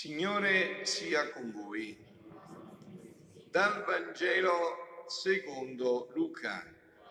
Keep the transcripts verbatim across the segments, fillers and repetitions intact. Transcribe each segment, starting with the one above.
Signore sia con voi. Dal Vangelo secondo Luca.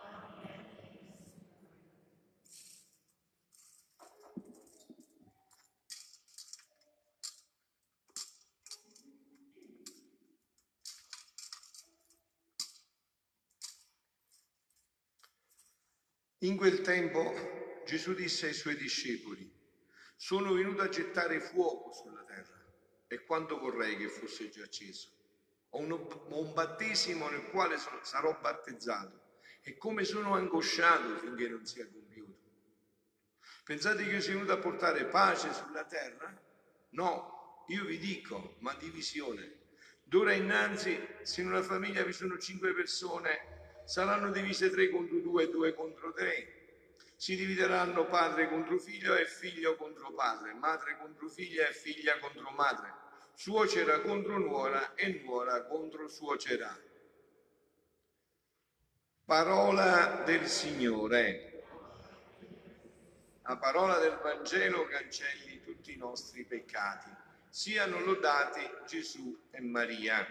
In quel tempo Gesù disse ai suoi discepoli: sono venuto a gettare fuoco sulla terra, e quanto vorrei che fosse già acceso. Ho un, ho un battesimo nel quale sono, sarò battezzato, e come sono angosciato finché non sia compiuto. Pensate che io sia venuto a portare pace sulla terra? No, io vi dico, ma divisione. D'ora innanzi, se in una famiglia vi sono cinque persone, saranno divise tre contro due e due contro tre. Si divideranno padre contro figlio e figlio contro padre, madre contro figlia e figlia contro madre, suocera contro nuora e nuora contro suocera. Parola del Signore. La parola del Vangelo cancelli tutti i nostri peccati. Siano lodati Gesù e Maria.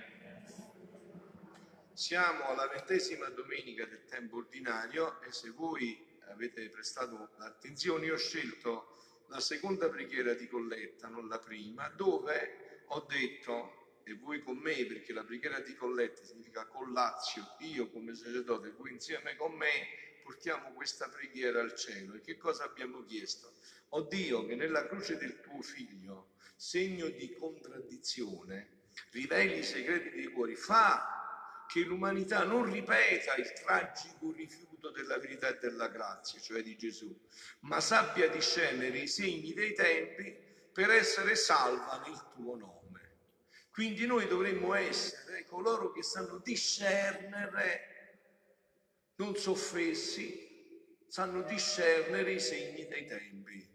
Siamo alla ventesima domenica del tempo ordinario e se voi avete prestato attenzione ho scelto la seconda preghiera di colletta, non la prima, dove ho detto, e voi con me, perché la preghiera di colletta significa collazio, io come sacerdote, voi insieme con me, portiamo questa preghiera al cielo. E che cosa abbiamo chiesto? O Dio, che nella croce del tuo figlio, segno di contraddizione, riveli i segreti dei cuori, fa che l'umanità non ripeta il tragico rifiuto della verità e della grazia, cioè di Gesù, ma sappia discernere i segni dei tempi per essere salva nel tuo nome. Quindi noi dovremmo essere coloro che sanno discernere, non soffessi, sanno discernere i segni dei tempi,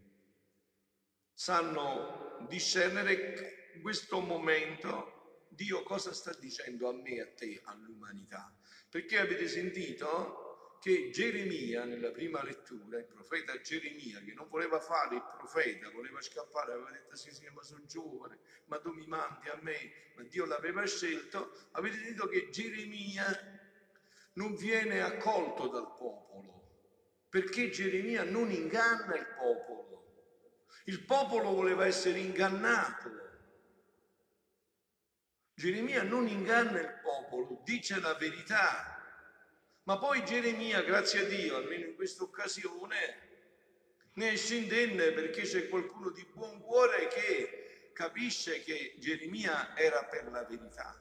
sanno discernere in questo momento Dio cosa sta dicendo a me, a te, all'umanità. Perché avete sentito che Geremia, nella prima lettura, il profeta Geremia, che non voleva fare il profeta, voleva scappare, aveva detto sì sì ma sono giovane, ma tu mi mandi a me, ma Dio l'aveva scelto. Avete sentito che Geremia non viene accolto dal popolo, perché Geremia non inganna il popolo. Il popolo voleva essere ingannato. Geremia non inganna il popolo, dice la verità. Ma poi Geremia, grazie a Dio, almeno in questa occasione, ne esce indenne perché c'è qualcuno di buon cuore che capisce che Geremia era per la verità.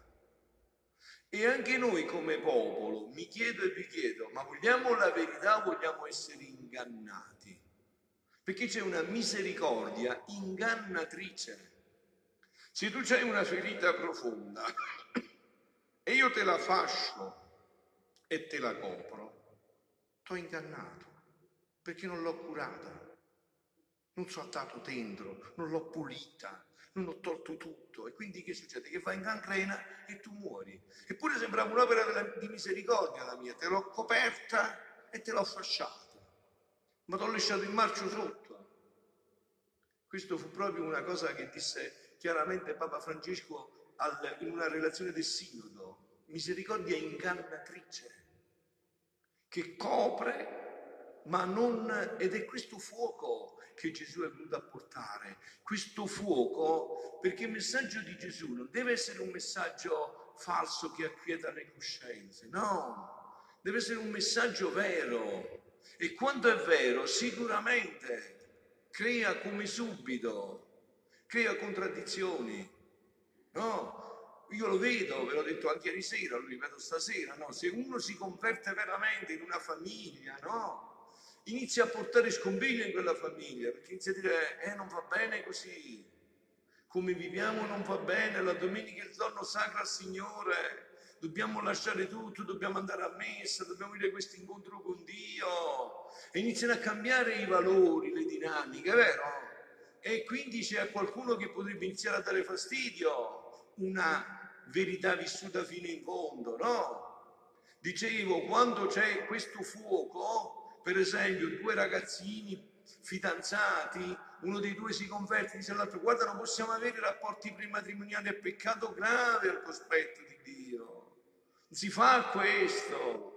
E anche noi come popolo, mi chiedo e vi chiedo, ma vogliamo la verità o vogliamo essere ingannati? Perché c'è una misericordia ingannatrice. Se tu hai una ferita profonda e io te la fascio e te la copro, t'ho ingannato, perché non l'ho curata, non so dato dentro, non l'ho pulita, non ho tolto tutto. E quindi che succede? Che va in cancrena e tu muori. Eppure sembrava un'opera di misericordia la mia, te l'ho coperta e te l'ho fasciata, ma t'ho lasciato in marcio sotto. Questo fu proprio una cosa che disse chiaramente Papa Francesco al, in una relazione del Sinodo. Misericordia ingannatrice, che copre, ma non... Ed è questo fuoco che Gesù è venuto a portare. Questo fuoco, perché il messaggio di Gesù non deve essere un messaggio falso che acquieta le coscienze, no. Deve essere un messaggio vero. E quando è vero, sicuramente crea come subito, crea contraddizioni, no? Io lo vedo, ve l'ho detto anche ieri sera, lo ripeto stasera, no? Se uno si converte veramente in una famiglia, no? Inizia a portare scompiglio in quella famiglia, perché inizia a dire, eh non va bene così, come viviamo non va bene, la domenica è il giorno sacro al Signore, dobbiamo lasciare tutto, dobbiamo andare a messa, dobbiamo avere questo incontro con Dio. E iniziano a cambiare i valori, le dinamiche, vero? E quindi c'è qualcuno che potrebbe iniziare a dare fastidio, una verità vissuta fino in fondo, no? Dicevo, quando c'è questo fuoco, per esempio due ragazzini fidanzati, uno dei due si converte e dice all'altro: guarda, non possiamo avere rapporti prematrimoniali, è peccato grave al cospetto di Dio, non si fa questo.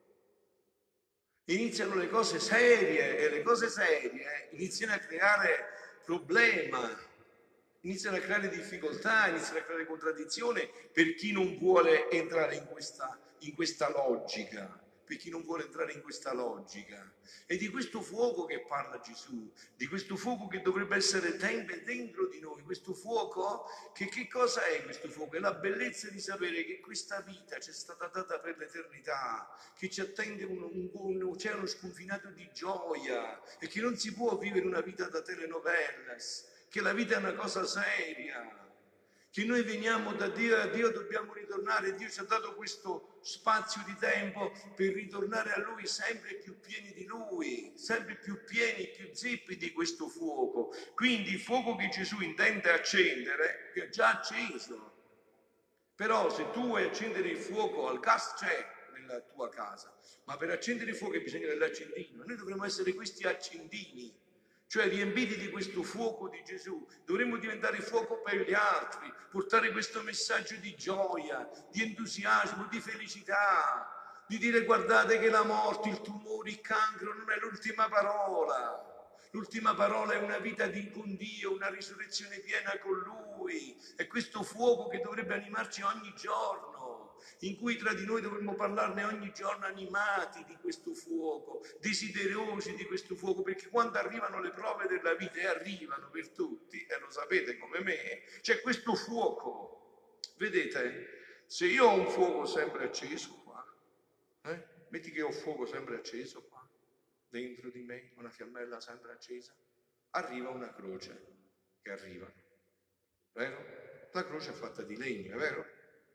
Iniziano le cose serie e le cose serie iniziano a creare problema, iniziano a creare difficoltà, iniziano a creare contraddizione per chi non vuole entrare in questa, in questa logica. Per chi non vuole entrare in questa logica. È di questo fuoco che parla Gesù, di questo fuoco che dovrebbe essere dentro di noi. Questo fuoco, che, che cosa è questo fuoco? È la bellezza di sapere che questa vita ci è stata data per l'eternità, che ci attende un, un, un oceano sconfinato di gioia e che non si può vivere una vita da telenovelas, che la vita è una cosa seria, che noi veniamo da Dio e a Dio dobbiamo ritornare. Dio ci ha dato questo spazio di tempo per ritornare a Lui sempre più pieni di Lui, sempre più pieni, più zeppi di questo fuoco. Quindi il fuoco che Gesù intende accendere è già acceso. Però se tu vuoi accendere il fuoco, al gas c'è nella tua casa, ma per accendere il fuoco bisogna dell'accendino. Noi dovremmo essere questi accendini, cioè riempiti di questo fuoco di Gesù. Dovremmo diventare fuoco per gli altri, portare questo messaggio di gioia, di entusiasmo, di felicità, di dire: guardate che la morte, il tumore, il cancro non è l'ultima parola. L'ultima parola è una vita di, con Dio, una risurrezione piena con Lui. È questo fuoco che dovrebbe animarci ogni giorno, in cui tra di noi dovremmo parlarne ogni giorno, animati di questo fuoco, desiderosi di questo fuoco, perché quando arrivano le prove della vita, e arrivano per tutti, e lo sapete come me, c'è questo fuoco. Vedete, se io ho un fuoco sempre acceso qua, eh? metti che ho fuoco sempre acceso qua, dentro di me, una fiammella sempre accesa, arriva una croce, che arriva, vero? La croce è fatta di legno, è vero?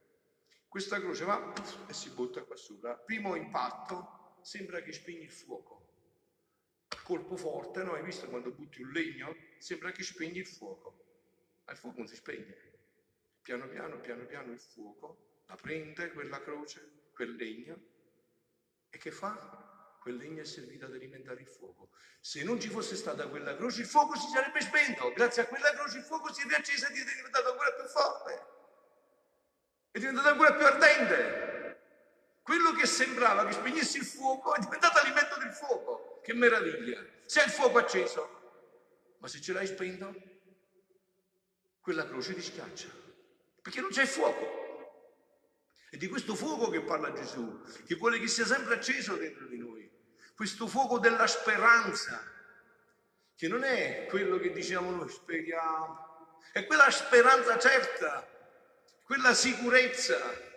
Questa croce va e si butta qua sopra. Primo impatto, sembra che spegni il fuoco. Colpo forte, no? Hai visto quando butti un legno? Sembra che spegni il fuoco. Ma il fuoco non si spegne. Piano piano, piano piano il fuoco la prende, quella croce, quel legno, e che fa? Quel legno è servito ad alimentare il fuoco. Se non ci fosse stata quella croce, il fuoco si sarebbe spento. Grazie a quella croce il fuoco si è riacceso ed è diventato ancora più forte. È diventato ancora più ardente. Quello che sembrava che spegnesse il fuoco è diventato alimento del fuoco. Che meraviglia! Se il fuoco acceso, ma se ce l'hai spento, quella croce ti schiaccia, perché non c'è fuoco. È di questo fuoco che parla Gesù, che vuole che sia sempre acceso dentro di noi. Questo fuoco della speranza, che non è quello che diciamo noi speriamo, è quella speranza certa, quella sicurezza,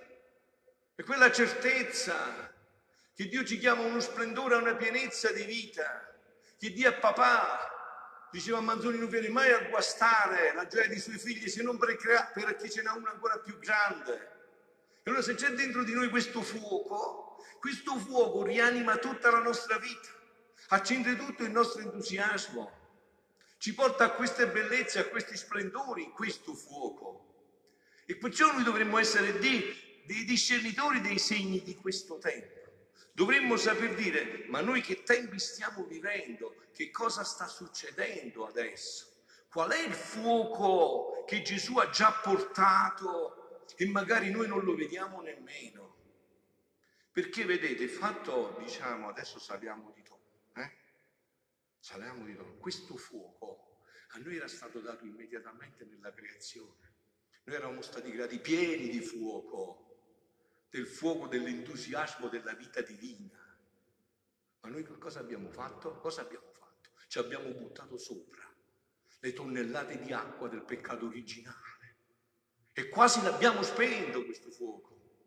è quella certezza che Dio ci chiama uno splendore, a una pienezza di vita, che Dio è papà. Diceva Manzoni: non viene mai a guastare la gioia dei suoi figli se non per, crea- per chi ce n'ha una ancora più grande. E allora se c'è dentro di noi questo fuoco, questo fuoco rianima tutta la nostra vita, accende tutto il nostro entusiasmo, ci porta a queste bellezze, a questi splendori, questo fuoco. E perciò noi dovremmo essere dei, dei discernitori dei segni di questo tempo. Dovremmo saper dire: ma noi che tempi stiamo vivendo? Che cosa sta succedendo adesso? Qual è il fuoco che Gesù ha già portato e magari noi non lo vediamo nemmeno? Perché vedete, il fatto, diciamo, adesso saliamo di tono, eh? Saliamo di tono. Questo fuoco a noi era stato dato immediatamente nella creazione. Noi eravamo stati creati pieni di fuoco, del fuoco dell'entusiasmo della vita divina. Ma noi che cosa abbiamo fatto? Cosa abbiamo fatto? Ci abbiamo buttato sopra le tonnellate di acqua del peccato originale e quasi l'abbiamo spento questo fuoco.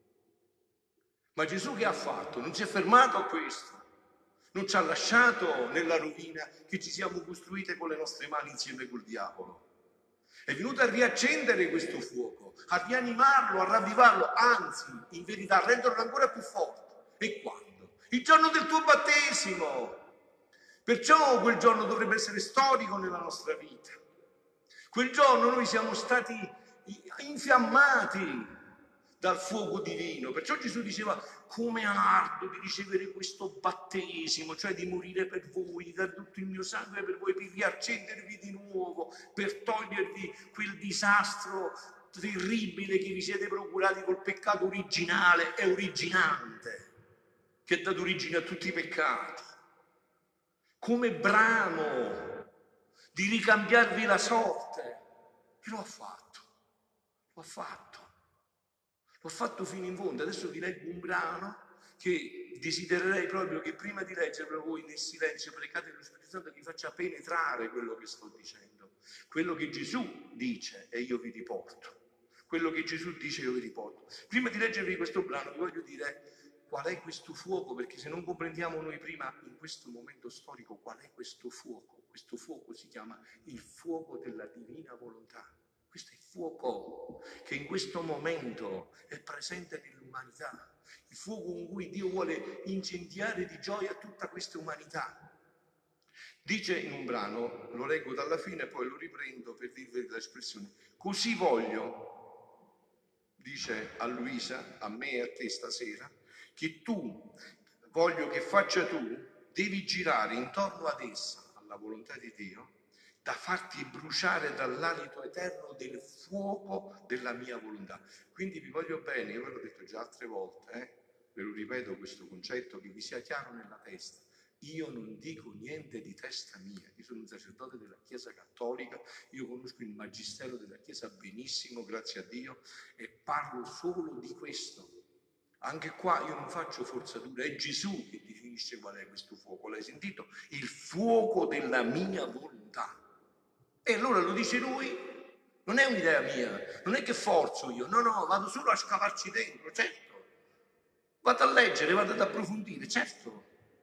Ma Gesù che ha fatto? Non si è fermato a questo, non ci ha lasciato nella rovina che ci siamo costruite con le nostre mani insieme col diavolo. È venuto a riaccendere questo fuoco, a rianimarlo, a ravvivarlo, anzi, in verità, a renderlo ancora più forte. E quando? Il giorno del tuo battesimo. Perciò quel giorno dovrebbe essere storico nella nostra vita. Quel giorno noi siamo stati infiammati dal fuoco divino. Perciò Gesù diceva: come ardo di ricevere questo battesimo, cioè di morire per voi, di dare tutto il mio sangue per voi, per riaccendervi di nuovo, per togliervi quel disastro terribile che vi siete procurati col peccato originale e originante, che ha dato origine a tutti i peccati. Come bramo di ricambiarvi la sorte. E lo ha fatto, lo ha fatto. L'ho fatto fino in fondo. Adesso vi leggo un brano che desidererei proprio che prima di leggerlo voi nel silenzio pregate lo Spirito Santo che vi faccia penetrare quello che sto dicendo, quello che Gesù dice e io vi riporto, quello che Gesù dice io vi riporto. Prima di leggervi questo brano vi voglio dire qual è questo fuoco, perché se non comprendiamo noi prima in questo momento storico qual è questo fuoco, questo fuoco si chiama il fuoco della divina volontà. Questo è il fuoco che in questo momento è presente nell'umanità, il fuoco con cui Dio vuole incendiare di gioia tutta questa umanità. Dice in un brano, lo leggo dalla fine e poi lo riprendo per dirvi l'espressione: così voglio, dice a Luisa, a me e a te stasera, che tu, voglio che faccia tu, devi girare intorno ad essa, alla volontà di Dio, da farti bruciare dall'alito eterno del fuoco della mia volontà. Quindi vi voglio bene, io ve l'ho detto già altre volte, eh? Ve lo ripeto questo concetto, che vi sia chiaro nella testa. Io non dico niente di testa mia, io sono un sacerdote della Chiesa Cattolica, io conosco il magistero della Chiesa benissimo, grazie a Dio, e parlo solo di questo. Anche qua io non faccio forzatura, è Gesù che definisce qual è questo fuoco, l'hai sentito? Il fuoco della mia volontà. E allora lo dice lui, non è un'idea mia, non è che forzo io, no, no, vado solo a scavarci dentro, certo. Vado a leggere, vado ad approfondire, certo.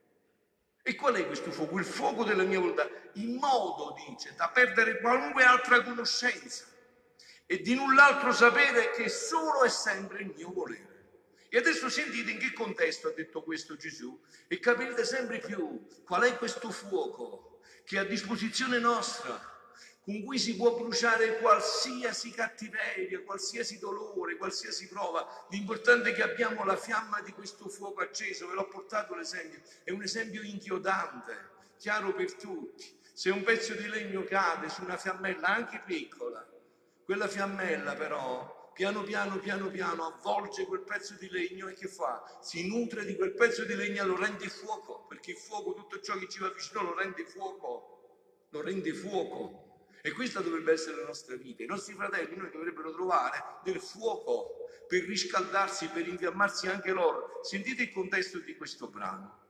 E qual è questo fuoco? Il fuoco della mia volontà, in modo, dice, da perdere qualunque altra conoscenza e di null'altro sapere che solo e sempre il mio volere. E adesso sentite in che contesto ha detto questo Gesù e capirete sempre più qual è questo fuoco che è a disposizione nostra, con cui si può bruciare qualsiasi cattiveria, qualsiasi dolore, qualsiasi prova. L'importante è che abbiamo la fiamma di questo fuoco acceso. Ve l'ho portato l'esempio, è un esempio inchiodante, chiaro per tutti. Se un pezzo di legno cade su una fiammella anche piccola, quella fiammella però piano piano piano piano avvolge quel pezzo di legno e che fa? Si nutre di quel pezzo di legno e lo rende fuoco, perché il fuoco, tutto ciò che ci va vicino lo rende fuoco, lo rende fuoco. E questa dovrebbe essere la nostra vita. I nostri fratelli noi dovrebbero trovare del fuoco per riscaldarsi, per infiammarsi anche loro. Sentite il contesto di questo brano.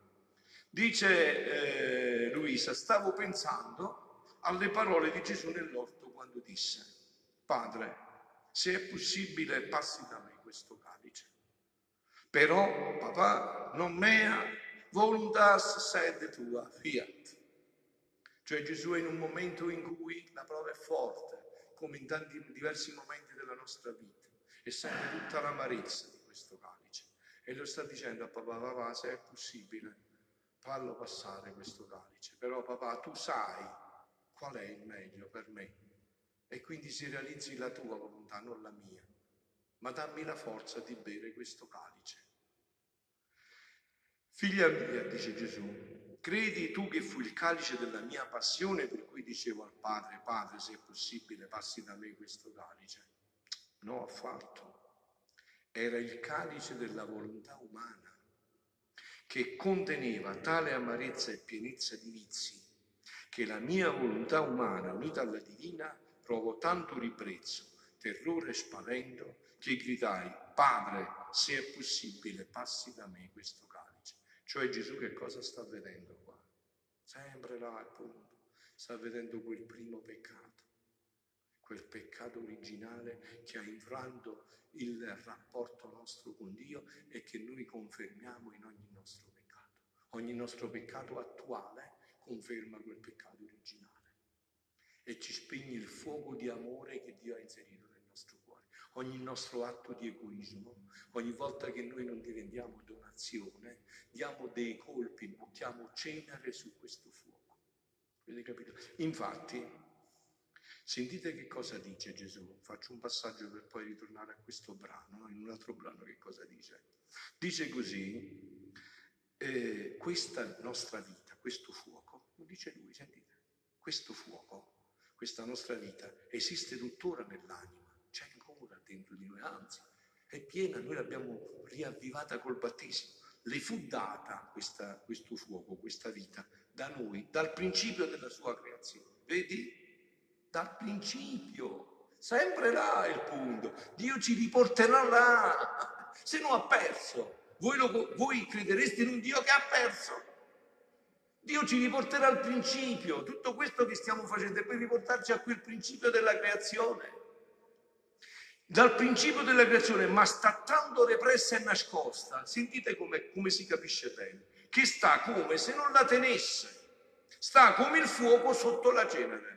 Dice eh, Luisa, stavo pensando alle parole di Gesù nell'orto quando disse: Padre, se è possibile passi da me questo calice. Però, papà, non mea voluntas sed tua, fiat. Cioè Gesù è in un momento in cui la prova è forte, come in tanti diversi momenti della nostra vita, e sente tutta l'amarezza di questo calice. E lo sta dicendo a papà: papà, se è possibile, fallo passare questo calice. Però papà, tu sai qual è il meglio per me. E quindi si realizzi la tua volontà, non la mia. Ma dammi la forza di bere questo calice. Figlia mia, dice Gesù, credi tu che fu il calice della mia passione per cui dicevo al Padre: Padre, se è possibile, passi da me questo calice? No, affatto. Era il calice della volontà umana, che conteneva tale amarezza e pienezza di vizi, che la mia volontà umana, unita alla divina, provò tanto ribrezzo, terrore e spavento, che gridai: Padre, se è possibile, passi da me questo calice. Cioè Gesù che cosa sta vedendo qua? Sempre là al punto. Sta vedendo quel primo peccato, quel peccato originale che ha infranto il rapporto nostro con Dio e che noi confermiamo in ogni nostro peccato. Ogni nostro peccato attuale conferma quel peccato originale e ci spegne il fuoco di amore che Dio ha inserito nel nostro cuore. Ogni nostro atto di egoismo, ogni volta che noi non diventiamo donazione, diamo dei colpi, buttiamo cenere su questo fuoco. Avete capito? Infatti, Sentite che cosa dice Gesù. Faccio un passaggio per poi ritornare a questo brano, no? In un altro brano che cosa dice? Dice così, eh, questa nostra vita, questo fuoco, lo dice lui, sentite, questo fuoco, questa nostra vita esiste tuttora nell'anima, c'è ancora dentro di noi, anzi è piena, noi l'abbiamo riavvivata col battesimo. Le fu data questa, questo fuoco, questa vita da noi, dal principio della sua creazione. Vedi? Dal principio, sempre là è il punto. Dio ci riporterà là, se no ha perso. Voi, lo, voi credereste in un Dio che ha perso? Dio ci riporterà al principio. Tutto questo che stiamo facendo è per riportarci a quel principio della creazione. Dal principio della creazione, ma sta tanto repressa e nascosta. Sentite come, come si capisce bene. Che sta come se non la tenesse. Sta come il fuoco sotto la cenere.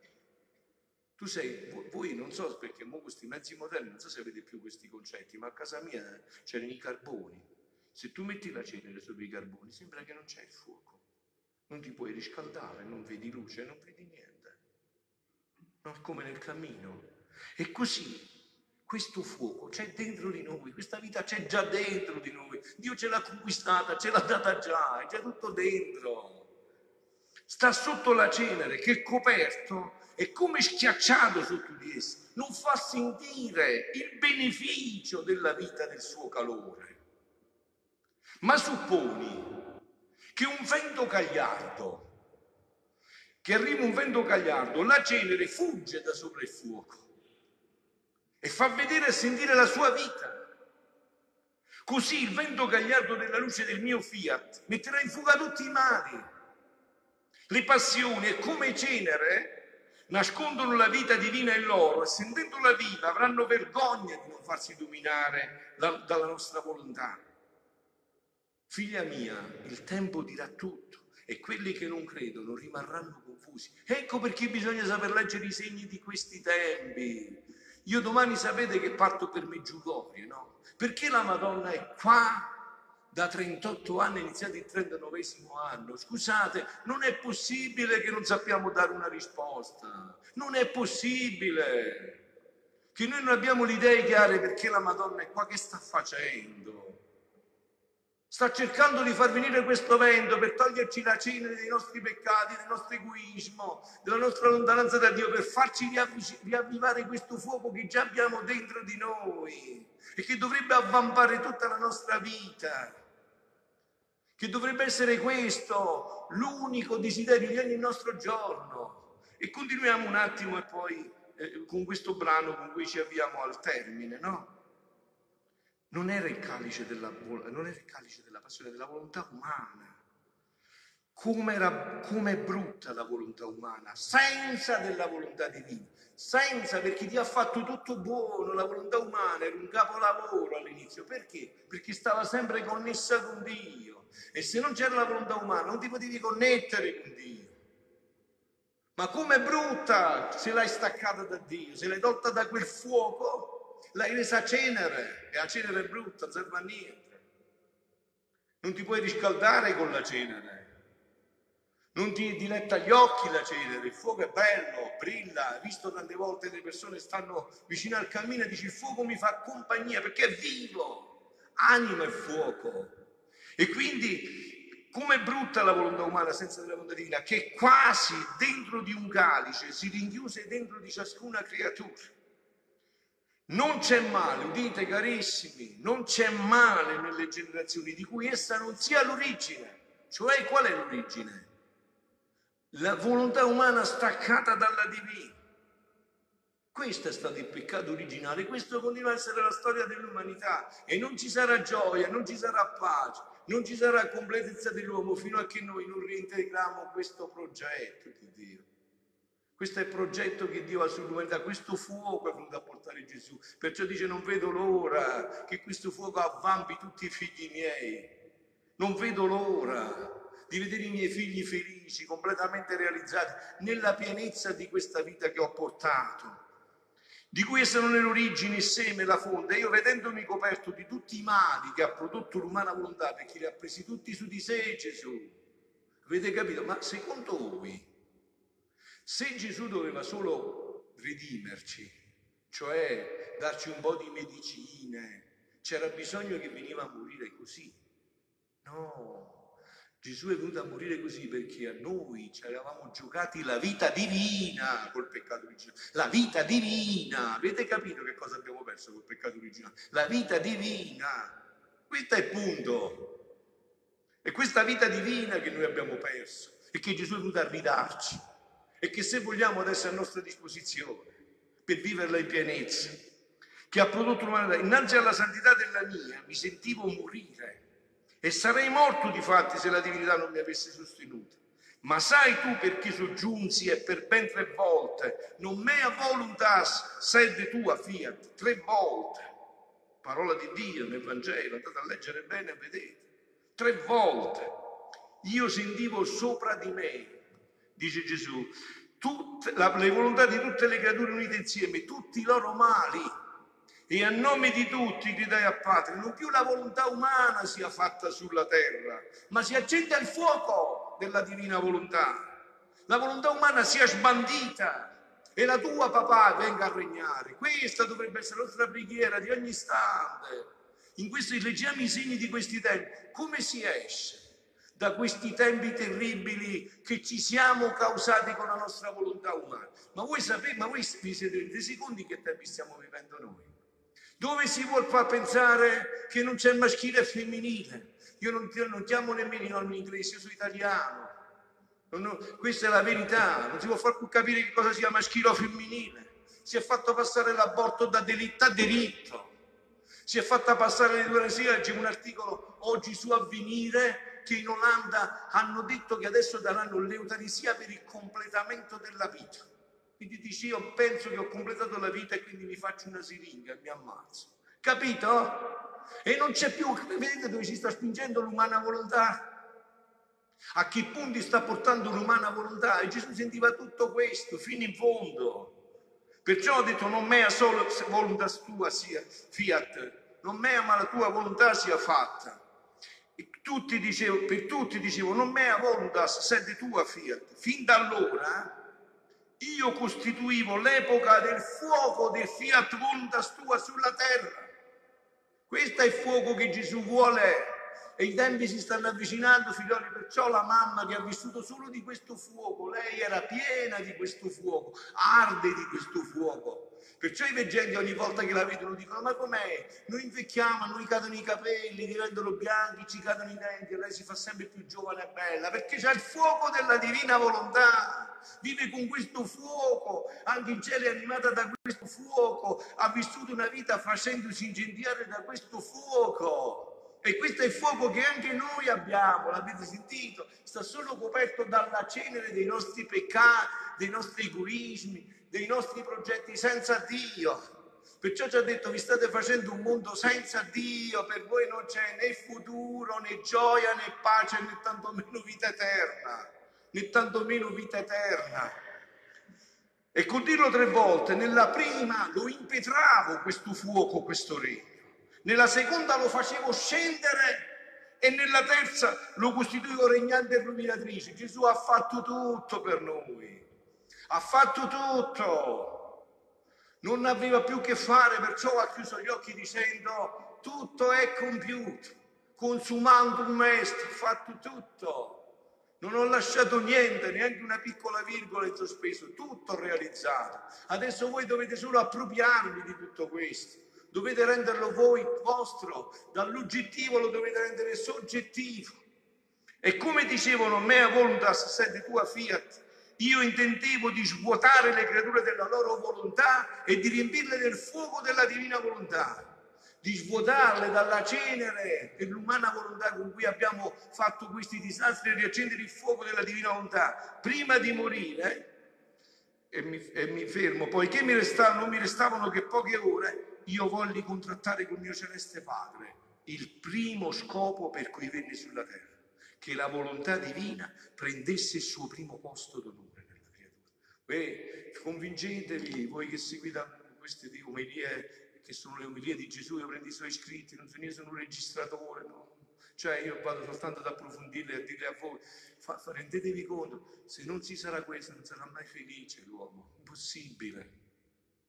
Tu sei, voi non so perché mo questi mezzi moderni, non so se avete più questi concetti, ma a casa mia c'erano i carboni. Se tu metti la cenere sopra i carboni, sembra che non c'è il fuoco. Non ti puoi riscaldare, non vedi luce, non vedi niente. No, è come nel cammino. E così questo fuoco c'è dentro di noi, questa vita c'è già dentro di noi. Dio ce l'ha conquistata, ce l'ha data già, è già tutto dentro. Sta sotto la cenere che è coperto, è come schiacciato sotto di esso, non fa sentire il beneficio della vita del suo calore. Ma supponi che un vento gagliardo, che arriva un vento gagliardo, la cenere fugge da sopra il fuoco e fa vedere e sentire la sua vita. Così il vento gagliardo della luce del mio Fiat metterà in fuga tutti i mali. Le passioni e come cenere nascondono la vita divina in loro e sentendola viva avranno vergogna di non farsi dominare la, dalla nostra volontà. Figlia mia, il tempo dirà tutto e quelli che non credono rimarranno confusi. Ecco perché bisogna saper leggere i segni di questi tempi. Io domani sapete che parto per Meggiugorie, no? Perché la Madonna è qua da trentotto anni, è iniziato il trentanovesimo anno. Scusate, non è possibile che non sappiamo dare una risposta. Non è possibile che noi non abbiamo le idee chiare perché la Madonna è qua, che sta facendo. Sta cercando di far venire questo vento per toglierci la cenere dei nostri peccati, del nostro egoismo, della nostra lontananza da Dio, per farci riavvivare questo fuoco che già abbiamo dentro di noi e che dovrebbe avvampare tutta la nostra vita, che dovrebbe essere questo l'unico desiderio di ogni nostro giorno. E continuiamo un attimo e poi eh, con questo brano con cui ci avviamo al termine, no? Non era il calice della, non era il calice della passione, della volontà umana. Come è brutta la volontà umana, senza della volontà divina, senza, perché Dio ha fatto tutto buono, la volontà umana era un capolavoro all'inizio. Perché? Perché stava sempre connessa con Dio. E se non c'era la volontà umana non ti potevi connettere con Dio. Ma come è brutta se l'hai staccata da Dio, se l'hai tolta da quel fuoco, l'hai resa cenere, e la cenere è brutta, non serve a niente. Non ti puoi riscaldare con la cenere, non ti diletta gli occhi la cenere, il fuoco è bello, brilla. Hai visto tante volte le persone stanno vicino al camino e dici il fuoco mi fa compagnia perché è vivo, anima e fuoco. E quindi come è brutta la volontà umana senza la volontà divina, che quasi dentro di un calice si rinchiuse dentro di ciascuna creatura. Non c'è male, udite carissimi, non c'è male nelle generazioni di cui essa non sia l'origine. Cioè, qual è l'origine? La volontà umana staccata dalla divina. Questo è stato il peccato originale, questo continua a essere la storia dell'umanità e non ci sarà gioia, non ci sarà pace, non ci sarà completezza dell'uomo fino a che noi non reintegriamo questo progetto di Dio. Questo è il progetto che Dio ha sull'umanità, questo fuoco è venuto a portare Gesù. Perciò dice non vedo l'ora che questo fuoco avvampi tutti i figli miei. Non vedo l'ora di vedere i miei figli felici, completamente realizzati nella pienezza di questa vita che ho portato, di cui essa non è l'origine, il seme, la fonte. Io vedendomi coperto di tutti i mali che ha prodotto l'umana volontà, perché li ha presi tutti su di sé Gesù. Avete capito? Ma secondo voi, se Gesù doveva solo redimerci, cioè darci un po' di medicine. C'era bisogno che veniva a morire così. No, Gesù è venuto a morire così perché a noi ci eravamo giocati la vita divina col peccato originale. La vita divina, avete capito che cosa abbiamo perso col peccato originale? La vita divina, questo è il punto. È questa vita divina che noi abbiamo perso e che Gesù è venuto a ridarci e che se vogliamo adesso è a nostra disposizione per viverla in pienezza, che ha prodotto l'umanità. Innanzi alla santità della mia mi sentivo morire e sarei morto di fatti se la divinità non mi avesse sostenuto. Ma sai tu perché soggiunsi e per ben tre volte, non mea voluntas sed tua fiat, tre volte, parola di Dio nel Vangelo, andate a leggere bene e vedete, tre volte, io sentivo sopra di me, dice Gesù, tutte, la, le volontà di tutte le creature unite insieme, tutti i loro mali. E a nome di tutti gridai a Padre, non più la volontà umana sia fatta sulla terra, ma si accenda il fuoco della divina volontà. La volontà umana sia sbandita e la tua, papà, venga a regnare. Questa dovrebbe essere la nostra preghiera di ogni istante. In questi leggiamo i segni di questi tempi. Come si esce da questi tempi terribili che ci siamo causati con la nostra volontà umana? Ma voi sapete, ma voi vi siete resi secondi che tempi stiamo vivendo noi? Dove si vuol far pensare che non c'è maschile e femminile? Io non, non chiamo nemmeno i nomi inglesi, io sono italiano. Non, questa è la verità, non si può far capire che cosa sia maschile o femminile. Si è fatto passare l'aborto da delitto a diritto. Si è fatta passare l'eutanasia, c'è un articolo oggi su Avvenire che in Olanda hanno detto che adesso daranno l'eutanasia per il completamento della vita. Quindi dici io penso che ho completato la vita e quindi mi faccio una siringa e mi ammazzo. Capito? E non c'è più, vedete dove si sta spingendo l'umana volontà? A che punti sta portando l'umana volontà? E Gesù sentiva tutto questo fino in fondo. Perciò ha detto non mea solo volontà tua sia fiat, non mea ma la tua volontà sia fatta. E tutti dicevo, per tutti dicevo non mea voluntas sed tua fiat. Fin da allora io costituivo l'epoca del fuoco del fiat voluntas tua sulla terra. Questo è il fuoco che Gesù vuole e i tempi si stanno avvicinando, figlioli, perciò la mamma che ha vissuto solo di questo fuoco, lei era piena di questo fuoco, arde di questo fuoco. Perciò i veggenti ogni volta che la vedono dicono ma com'è? Noi invecchiamo, a noi cadono i capelli, diventano bianchi, ci cadono i denti e lei si fa sempre più giovane e bella perché c'è il fuoco della divina volontà, vive con questo fuoco, anche il cielo è animata da questo fuoco, ha vissuto una vita facendosi incendiare da questo fuoco. E questo è il fuoco che anche noi abbiamo, l'avete sentito? Sta solo coperto dalla cenere dei nostri peccati, dei nostri egoismi, dei nostri progetti senza Dio. Perciò ci ha detto vi state facendo un mondo senza Dio, per voi non c'è né futuro, né gioia, né pace, né tantomeno vita eterna, né tantomeno vita eterna. E con dirlo tre volte, nella prima lo impetravo questo fuoco, questo regno. Nella seconda lo facevo scendere e nella terza lo costituivo regnante e illuminatrice. Gesù ha fatto tutto per noi, ha fatto tutto, non aveva più che fare, perciò ha chiuso gli occhi dicendo tutto è compiuto, consumandum est, ha fatto tutto. Non ho lasciato niente, neanche una piccola virgola in sospeso, tutto realizzato. Adesso voi dovete solo appropriarvi di tutto questo. Dovete renderlo voi vostro, dall'oggettivo lo dovete rendere soggettivo. E come dicevano mea voluntas sed tua fiat, io intendevo di svuotare le creature della loro volontà e di riempirle del fuoco della divina volontà, di svuotarle dalla cenere dell'umana volontà con cui abbiamo fatto questi disastri e riaccendere il fuoco della divina volontà. Prima di morire, e mi, e mi fermo, poiché mi restavano, non mi restavano che poche ore, io volli contrattare con mio celeste Padre il primo scopo per cui venne sulla terra, che la volontà divina prendesse il suo primo posto d'onore nella creatura. Beh, convincetevi, voi che seguite queste omelie, che sono le omelie di Gesù, io prendo i suoi scritti, non sono io, sono un registratore, no? Cioè io vado soltanto ad approfondirle e a dire a voi, fa, fa, rendetevi conto, se non si sarà questo non sarà mai felice l'uomo, impossibile.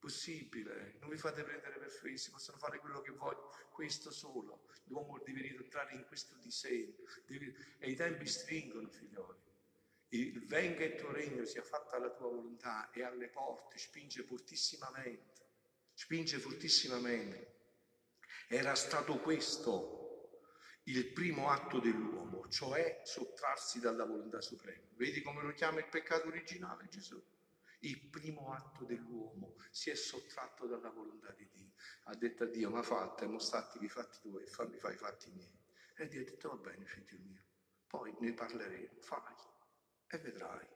Possibile, non vi fate prendere per fessi, possono fare quello che vogliono, questo solo. L'uomo deve rientrare in questo disegno, deve... e i tempi stringono, figlioli. Il venga il tuo regno, sia fatta la tua volontà, è alle porte, spinge fortissimamente, spinge fortissimamente. Era stato questo il primo atto dell'uomo, cioè sottrarsi dalla volontà suprema. Vedi come lo chiama il peccato originale Gesù? Il primo atto dell'uomo si è sottratto dalla volontà di Dio. Ha detto a Dio, ma fatta, mo stati i fatti tuoi, fammi fare i fatti miei. E Dio ha detto, va bene, figlio mio, poi ne parleremo, fai e vedrai.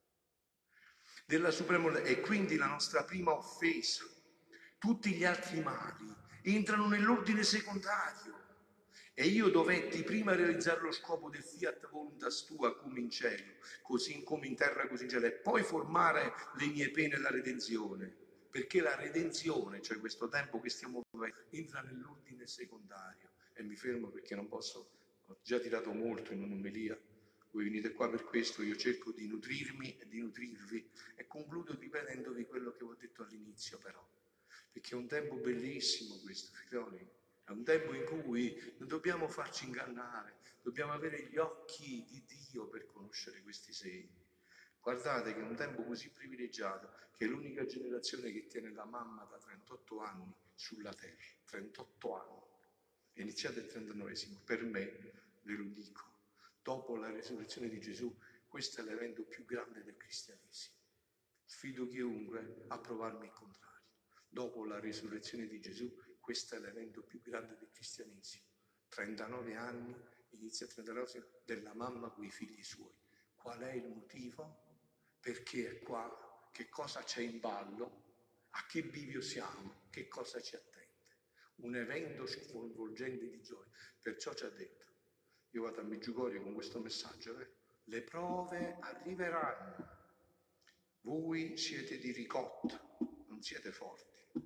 Della suprema, e quindi la nostra prima offesa. Tutti gli altri mali entrano nell'ordine secondario. E io dovetti prima realizzare lo scopo del fiat voluntas tua come in cielo, così come in terra, così in cielo, e poi formare le mie pene e la redenzione. Perché la redenzione, cioè questo tempo che stiamo vivendo, entra nell'ordine secondario. E mi fermo perché non posso, ho già tirato molto in un'omelia. Voi venite qua per questo, io cerco di nutrirmi e di nutrirvi e concludo ripetendovi quello che ho detto all'inizio però. Perché è un tempo bellissimo questo, figlioli. È un tempo in cui non dobbiamo farci ingannare, dobbiamo avere gli occhi di Dio per conoscere questi segni. Guardate che è un tempo così privilegiato che è l'unica generazione che tiene la mamma da trentotto anni sulla terra. trentotto anni. È iniziato il trentanovesimo. Per me, ve lo dico, dopo la resurrezione di Gesù, questo è l'evento più grande del cristianesimo. Sfido chiunque a provarmi il contrario. Dopo la risurrezione di Gesù, questo è l'evento più grande del cristianesimo. trentanove anni, inizia il trentanove della mamma con i figli suoi. Qual è il motivo? Perché è qua? Che cosa c'è in ballo? A che bivio siamo? Che cosa ci attende? Un evento sconvolgente di gioia. Perciò ci ha detto, io vado a Meggiugorio con questo messaggio, eh? Le prove arriveranno. Voi siete di ricotta, non siete forti.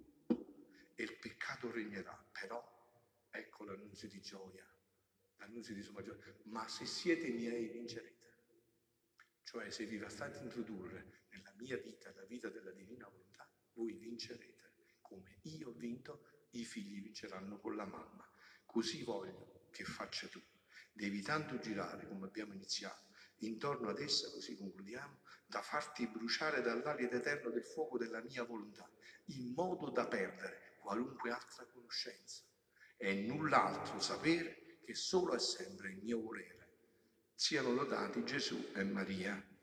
E il peccato regnerà, però ecco l'annunzio di gioia, l'annunzio di somma gioia. Ma se siete miei vincerete. Cioè se vi fate introdurre nella mia vita, la vita della divina volontà, voi vincerete. Come io ho vinto, i figli vinceranno con la mamma. Così voglio che faccia tu. Devi tanto girare, come abbiamo iniziato, intorno ad essa, così concludiamo, da farti bruciare dall'alito eterno del fuoco della mia volontà, in modo da perdere qualunque altra conoscenza e null'altro sapere che solo è sempre il mio volere. Siano lodati Gesù e Maria.